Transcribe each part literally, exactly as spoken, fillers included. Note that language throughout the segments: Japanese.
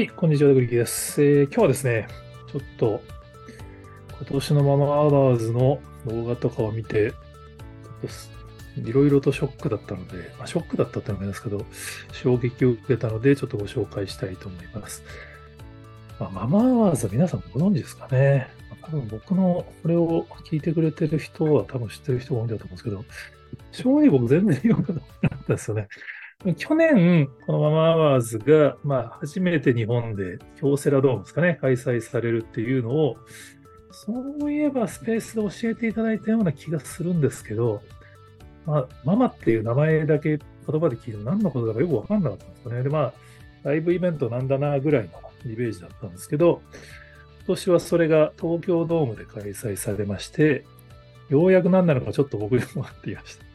い、こんにちは、グリキです。えー今日はですね、ちょっと今年のママアワーズの動画とかを見て、ちょっとすいろいろとショックだったので、まあ、ショックだったってのもあれですけど、衝撃を受けたので、ちょっとご紹介したいと思います。まあ、ママアワーズは皆さんご存知ですかね。まあ多分僕のこれを聞いてくれてる人は多分知ってる人が多いんだと思うんですけど、正直僕全然よくなかったですよね。去年、このママアワーズが、まあ、初めて日本で京セラドームですかね、開催されるっていうのを、そういえばスペースで教えていただいたような気がするんですけど、まあ、ママっていう名前だけ言葉で聞いて何のことだかよくわかんなかったんですよね。で、まあ、ライブイベントなんだなぐらいのイメージだったんですけど、今年はそれが東京ドームで開催されまして、ようやく何なのかちょっと僕にも分かっていました。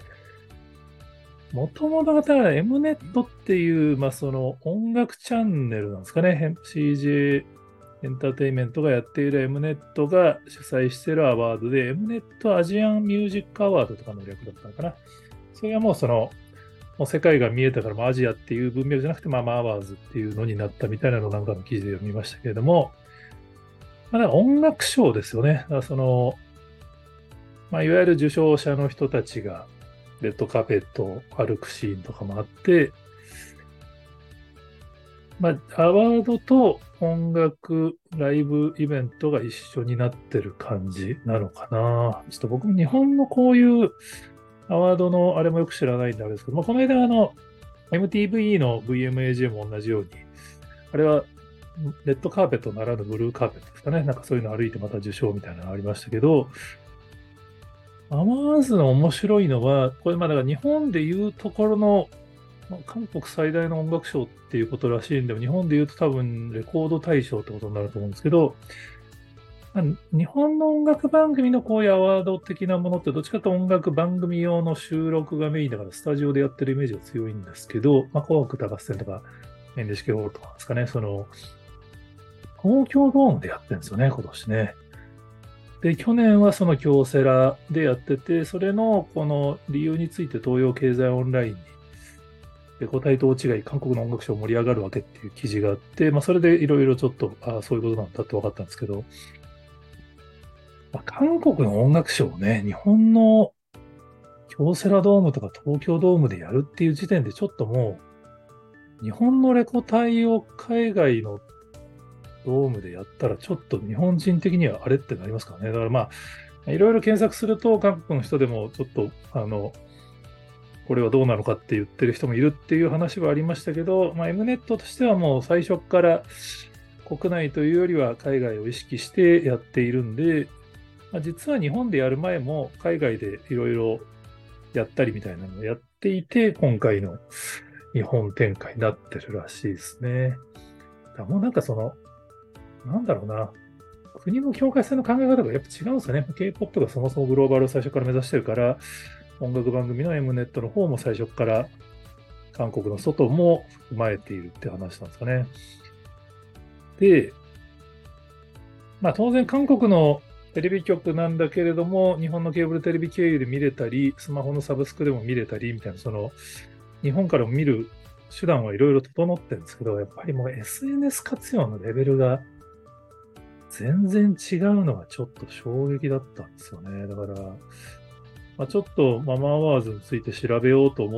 もともとがただ エムネット っていう、まあ、その音楽チャンネルなんですかね。シージェー エンターテインメントがやっている エムネット が主催しているアワードで、エムネット アジアンミュージックアワードとかの略だったのかな。それがもうその、もう世界が見えたからもうアジアっていう文脈じゃなくて、まあ、マアワーズっていうのになったみたいなのをなんかの記事で読みましたけれども、まあ、だから音楽賞ですよね。だからその、まあ、いわゆる受賞者の人たちが、レッドカーペットを歩くシーンとかもあって、まあ、アワードと音楽、ライブイベントが一緒になってる感じなのかな。ちょっと僕も日本のこういうアワードのあれもよく知らないんであれですけど、まあ、この間あの、エムティーブイ の ブイエムエージェー も同じように、あれはレッドカーペットならぬブルーカーペットですかね。なんかそういうの歩いてまた受賞みたいなのがありましたけど、アワーズの面白いのは、これまあだから日本でいうところの、まあ韓国最大の音楽賞っていうことらしいんで、日本でいうと多分レコード大賞ってことになると思うんですけど、まあ日本の音楽番組のこういうアワード的なものってどっちかというと音楽番組用の収録がメインだからスタジオでやってるイメージが強いんですけど、まあ、紅白歌合戦とか エヌエイチケー ホールとかですかね、その東京ドームでやってるんですよね、今年ね。で、去年はその京セラでやってて、それのこの理由について東洋経済オンラインに、レコ大と大違い、韓国の音楽賞盛り上がるわけっていう記事があって、まあ、それでいろいろちょっと、ああ、そういうことなんだって分かったんですけど、まあ、韓国の音楽賞をね、日本の京セラドームとか東京ドームでやるっていう時点でちょっともう、日本のレコ大を海外のドームでやったら、ちょっと日本人的にはあれってなりますからね。だからまあ、いろいろ検索すると、韓国の人でもちょっと、あの、これはどうなのかって言ってる人もいるっていう話はありましたけど、まあ、エムネット としてはもう最初から国内というよりは海外を意識してやっているんで、まあ、実は日本でやる前も海外でいろいろやったりみたいなのをやっていて、今回の日本展開になってるらしいですね。だからもうなんかその、なんだろうな、国の境界線の考え方がやっぱ違うんですよね。K-ケーポップ がそもそもグローバルを最初から目指してるから、音楽番組の エムネット の方も最初から韓国の外も踏まえているって話なんですかね。で、まあ当然韓国のテレビ局なんだけれども、日本のケーブルテレビ経由で見れたり、スマホのサブスクでも見れたりみたいな、その日本からも見る手段はいろいろ整ってるんですけど、やっぱりもう エスエヌエス 活用のレベルが全然違うのがちょっと衝撃だったんですよね。だから、まあ、ちょっとママアワーズについて調べようと思って、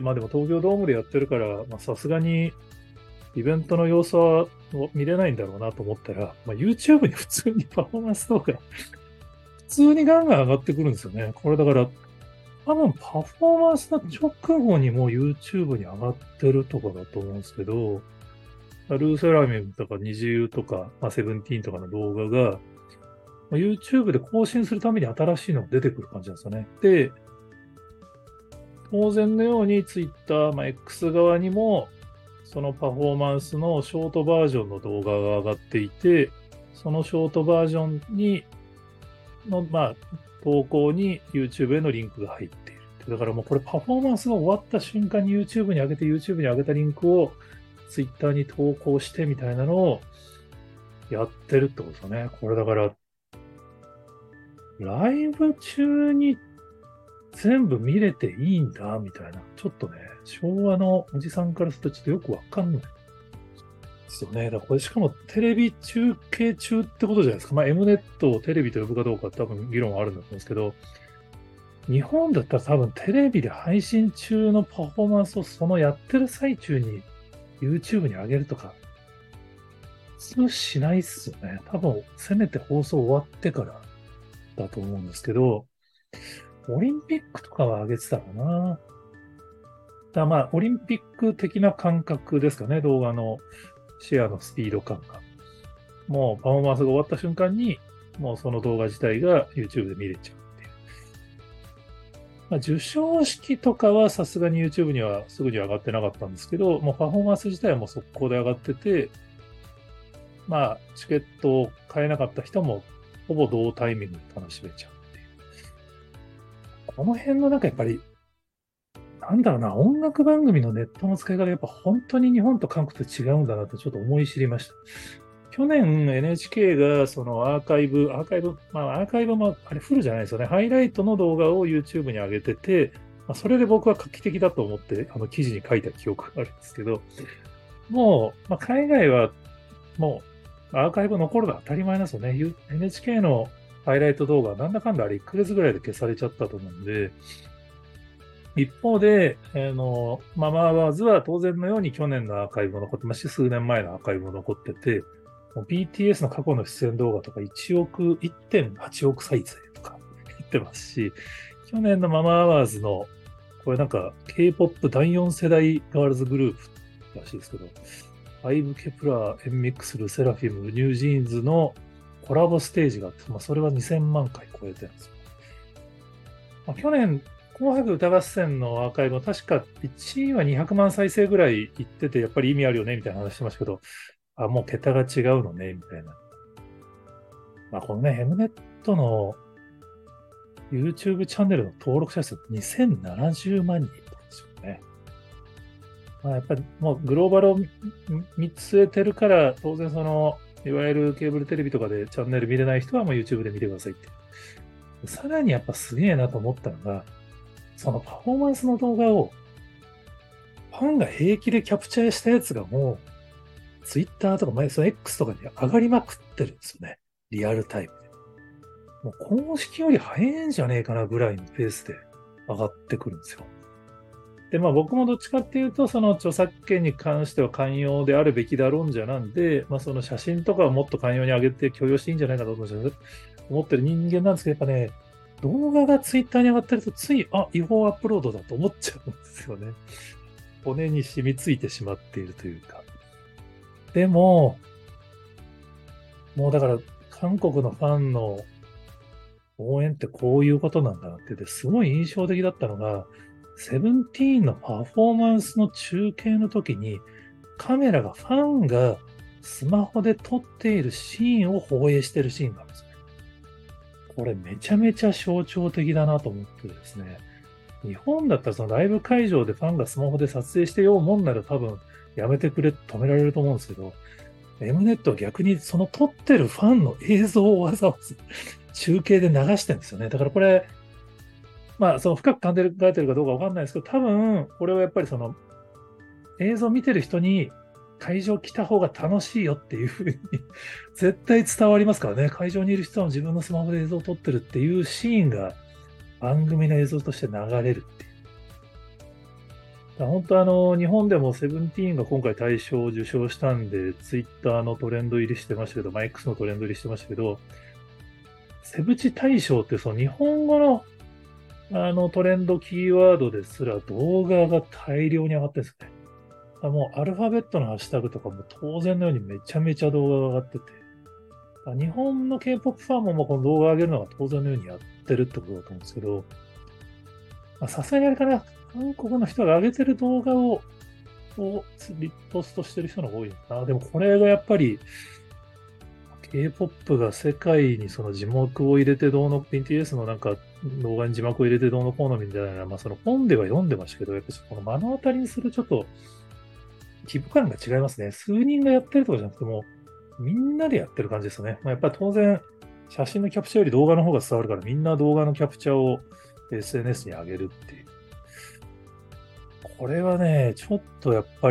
まあでも東京ドームでやってるから、まあさすがにイベントの様子は見れないんだろうなと思ったら、まあ、YouTube に普通にパフォーマンス動画、普通にガンガン上がってくるんですよね。これだから、多分パフォーマンスの直後にもう YouTube に上がってるとかだと思うんですけど、ルーセラミンとかニジユとか、まあ、セブンティーンとかの動画が、まあ YouTube で更新するために新しいのが出てくる感じなんですよね。で、当然のように Twitter、まあ、X 側にも、そのパフォーマンスのショートバージョンの動画が上がっていて、そのショートバージョンに、の、まあ、投稿に YouTube へのリンクが入っている。だからもうこれパフォーマンスが終わった瞬間に YouTube に上げて YouTube に上げたリンクを Twitter に投稿してみたいなのをやってるってことですよね。これだから、ライブ中に全部見れていいんだ、みたいな。ちょっとね、昭和のおじさんからするとちょっとよくわかんない。 ですよね。だからこれしかもテレビ中継中ってことじゃないですか。まあ、エムネットをテレビと呼ぶかどうか多分議論はあるんだと思うんですけど、日本だったら多分テレビで配信中のパフォーマンスをそのやってる最中に YouTube に上げるとか、普通しないっすよね。多分、せめて放送終わってからだと思うんですけど、オリンピックとかは上げてたかな。だからまあ、オリンピック的な感覚ですかね、動画のシェアのスピード感が。もうパフォーマンスが終わった瞬間に、もうその動画自体が YouTube で見れちゃうっていう。まあ、授賞式とかはさすがに YouTube にはすぐに上がってなかったんですけど、もうパフォーマンス自体はもう速攻で上がってて、まあ、チケットを買えなかった人もほぼ同タイミングで楽しめちゃうっていう。この辺のなんかやっぱり、なんだろうな、音楽番組のネットの使い方、やっぱ本当に日本と韓国と違うんだなってちょっと思い知りました。去年 エヌエイチケー がそのアーカイブ、アーカイブ、まあアーカイブもあれフルじゃないですよね。ハイライトの動画を YouTube に上げてて、まあ、それで僕は画期的だと思ってあの記事に書いた記憶があるんですけど、もう、まあ、海外はもうアーカイブ残るのは当たり前なんですよね。エヌエイチケー のハイライト動画、なんだかんだあれいっかげつぐらいで消されちゃったと思うんで、一方で、あの、ママアワーズは当然のように去年のアーカイブも残ってますし、数年前のアーカイブも残ってて、ビーティーエス の過去の出演動画とかいちおく、いってんはちおく再生とか言ってますし、去年のママアワーズの、これなんか K-ポップ だいよん世代ガールズグループらしいですけど、アイブ・ケプラー、エンミックスル、セラフィム、ニュージーンズのコラボステージがあって、まあ、それはにせんまん回超えてるんですよ。まあ、去年、紅白歌合戦のアーカイブも確かいちいはにひゃくまん再生ぐらいいってて、やっぱり意味あるよねみたいな話してましたけど、あ、もう桁が違うのね、みたいな。まあ、このね、エムネットの YouTube チャンネルの登録者数にせんななじゅうまん人いたんですよね。まあ、やっぱりもうグローバルを見据えてるから、当然その、いわゆるケーブルテレビとかでチャンネル見れない人はもう YouTube で見てくださいって。さらにやっぱすげえなと思ったのが、そのパフォーマンスの動画をファンが平気でキャプチャーしたやつがもう、ツイッターとか、前その X とかに上がりまくってるんですよね。リアルタイムで。もう公式より早いんじゃねえかなぐらいのペースで上がってくるんですよ。で、まあ僕もどっちかっていうと、その著作権に関しては寛容であるべきだ論者なんで、まあその写真とかをもっと寛容に上げて許容していいんじゃないかと思ってる人間なんですけど、やっぱね、動画がツイッターに上がってると、つい、あ、違法アップロードだと思っちゃうんですよね。骨に染みついてしまっているというか。でも、もうだから、韓国のファンの応援ってこういうことなんだなって言って、すごい印象的だったのが、セブンティーンのパフォーマンスの中継の時に、カメラがファンがスマホで撮っているシーンを放映しているシーンがあるんですよね。これめちゃめちゃ象徴的だなと思ってですね。日本だったらそのライブ会場でファンがスマホで撮影してようもんなら多分やめてくれ、止められると思うんですけど、エムネットは逆にその撮ってるファンの映像をわざわざ中継で流してるんですよね。だからこれ、まあその深く考えてるかどうかわかんないですけど、多分これはやっぱりその映像を見てる人に会場来た方が楽しいよっていうふうに絶対伝わりますからね。会場にいる人は自分のスマホで映像を撮ってるっていうシーンが番組の映像として流れるっていう。本当あの、日本でもセブンティーンが今回大賞を受賞したんで、ツイッターのトレンド入りしてましたけど、まあ、X のトレンド入りしてましたけど、セブチ大賞ってその日本語のあのトレンドキーワードですら動画が大量に上がってるんですよね。もうアルファベットのハッシュタグとかも当然のようにめちゃめちゃ動画が上がってて、日本の K-ポップ ファンももうこの動画を上げるのが当然のようにやってるってことだと思うんですけど、さすがにあれかな、韓国の人が上げてる動画を、をリポストしてる人の方が多いのかな。でもこれがやっぱり K-ポップ が世界にその字幕を入れてどうの、ビーティーエス のなんか動画に字幕を入れてどうのこうのみたいな、まあその本では読んでましたけど、やっぱりこの目の当たりにするちょっと規模感が違いますね。数人がやってるとかじゃなくても、みんなでやってる感じですよね。まあ、やっぱり当然、写真のキャプチャーより動画の方が伝わるから、みんな動画のキャプチャーを エスエヌエス に上げるっていう。これはね、ちょっとやっぱり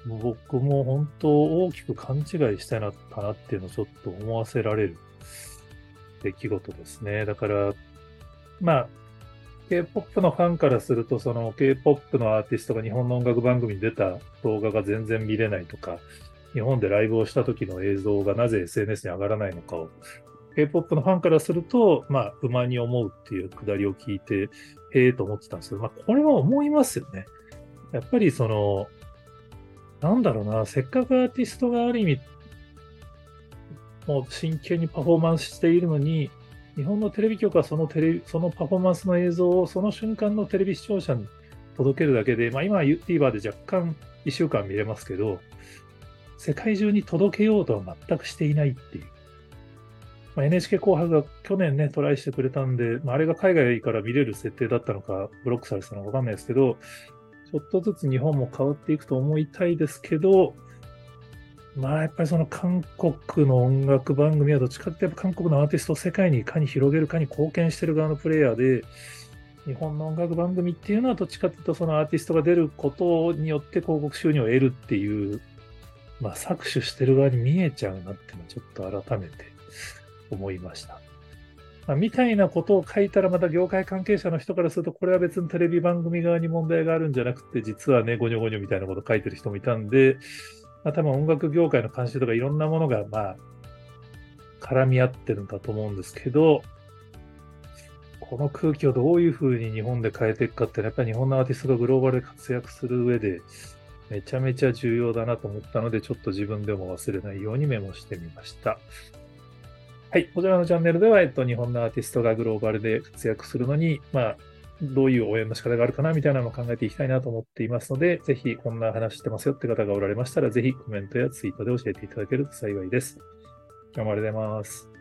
僕も本当大きく勘違いしたなったなっていうのをちょっと思わせられる出来事ですね。だから、まあ、K-ケーポップ のファンからすると、その K-ケーポップ のアーティストが日本の音楽番組に出た動画が全然見れないとか、日本でライブをした時の映像がなぜ エスエヌエス に上がらないのかを、K-ケーポップ のファンからすると、まあ、不満に思うっていうくだりを聞いて、へえと思ってたんですけど、まあ、これは思いますよね。やっぱりその、なんだろうな、せっかくアーティストがある意味、もう真剣にパフォーマンスしているのに、日本のテレビ局はそのテレビ、そのパフォーマンスの映像をその瞬間のテレビ視聴者に届けるだけで、まあ今は TVer で若干いっしゅうかん見れますけど、世界中に届けようとは全くしていないっていう。まあ、エヌエイチケー 紅白が去年ね、トライしてくれたんで、まあ、あれが海外から見れる設定だったのか、ブロックされてたのかわかんないですけど、ちょっとずつ日本も変わっていくと思いたいですけど、まあやっぱりその韓国の音楽番組はどっちかってやっぱ韓国のアーティストを世界にいかに広げるかに貢献してる側のプレイヤーで、日本の音楽番組っていうのはどっちかっていうとそのアーティストが出ることによって広告収入を得るっていう、まあ搾取してる側に見えちゃうなっていうのはちょっと改めて思いました。まあ、みたいなことを書いたらまた業界関係者の人からするとこれは別にテレビ番組側に問題があるんじゃなくて実はねゴニョゴニョみたいなことを書いてる人もいたんで、まあ、多分音楽業界の慣習とかいろんなものがまあ絡み合ってるんだと思うんですけど、この空気をどういうふうに日本で変えていくかって、やっぱり日本のアーティストがグローバルで活躍する上でめちゃめちゃ重要だなと思ったので、ちょっと自分でも忘れないようにメモしてみました。はい、こちらのチャンネルでは、えっと、日本のアーティストがグローバルで活躍するのに、まあ、どういう応援の仕方があるかなみたいなのを考えていきたいなと思っていますので、ぜひこんな話してますよって方がおられましたら、ぜひコメントやツイートで教えていただけると幸いです。今日もありがとうございます。